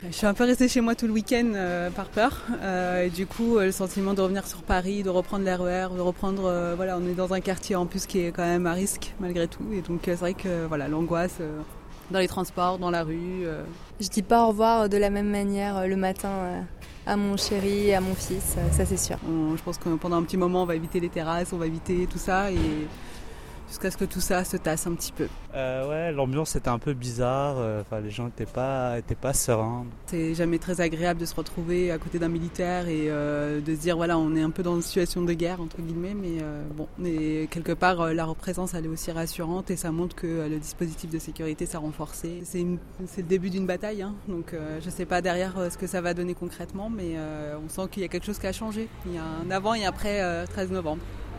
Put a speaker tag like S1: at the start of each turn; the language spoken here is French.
S1: Je suis un peu restée chez moi tout le week-end par peur. Et du coup, le sentiment de revenir sur Paris, de reprendre l'RER, de reprendre... voilà, on est dans un quartier en plus qui est quand même à risque malgré tout. Et donc c'est vrai que voilà, l'angoisse dans les transports, dans la rue.
S2: Je dis pas au revoir de la même manière le matin à mon chéri et à mon fils, ça c'est sûr.
S1: Je pense que pendant un petit moment, on va éviter les terrasses, on va éviter tout ça. Et jusqu'à ce que tout ça se tasse un petit peu.
S3: Ouais, l'ambiance était un peu bizarre, les gens étaient pas sereins.
S1: C'est jamais très agréable de se retrouver à côté d'un militaire et de se dire voilà, on est un peu dans une situation de guerre entre guillemets, mais quelque part la présence elle est aussi rassurante et ça montre que le dispositif de sécurité s'est renforcé. C'est le début d'une bataille, hein, donc je sais pas derrière ce que ça va donner concrètement, mais on sent qu'il y a quelque chose qui a changé. Il y a un avant et après 13 novembre.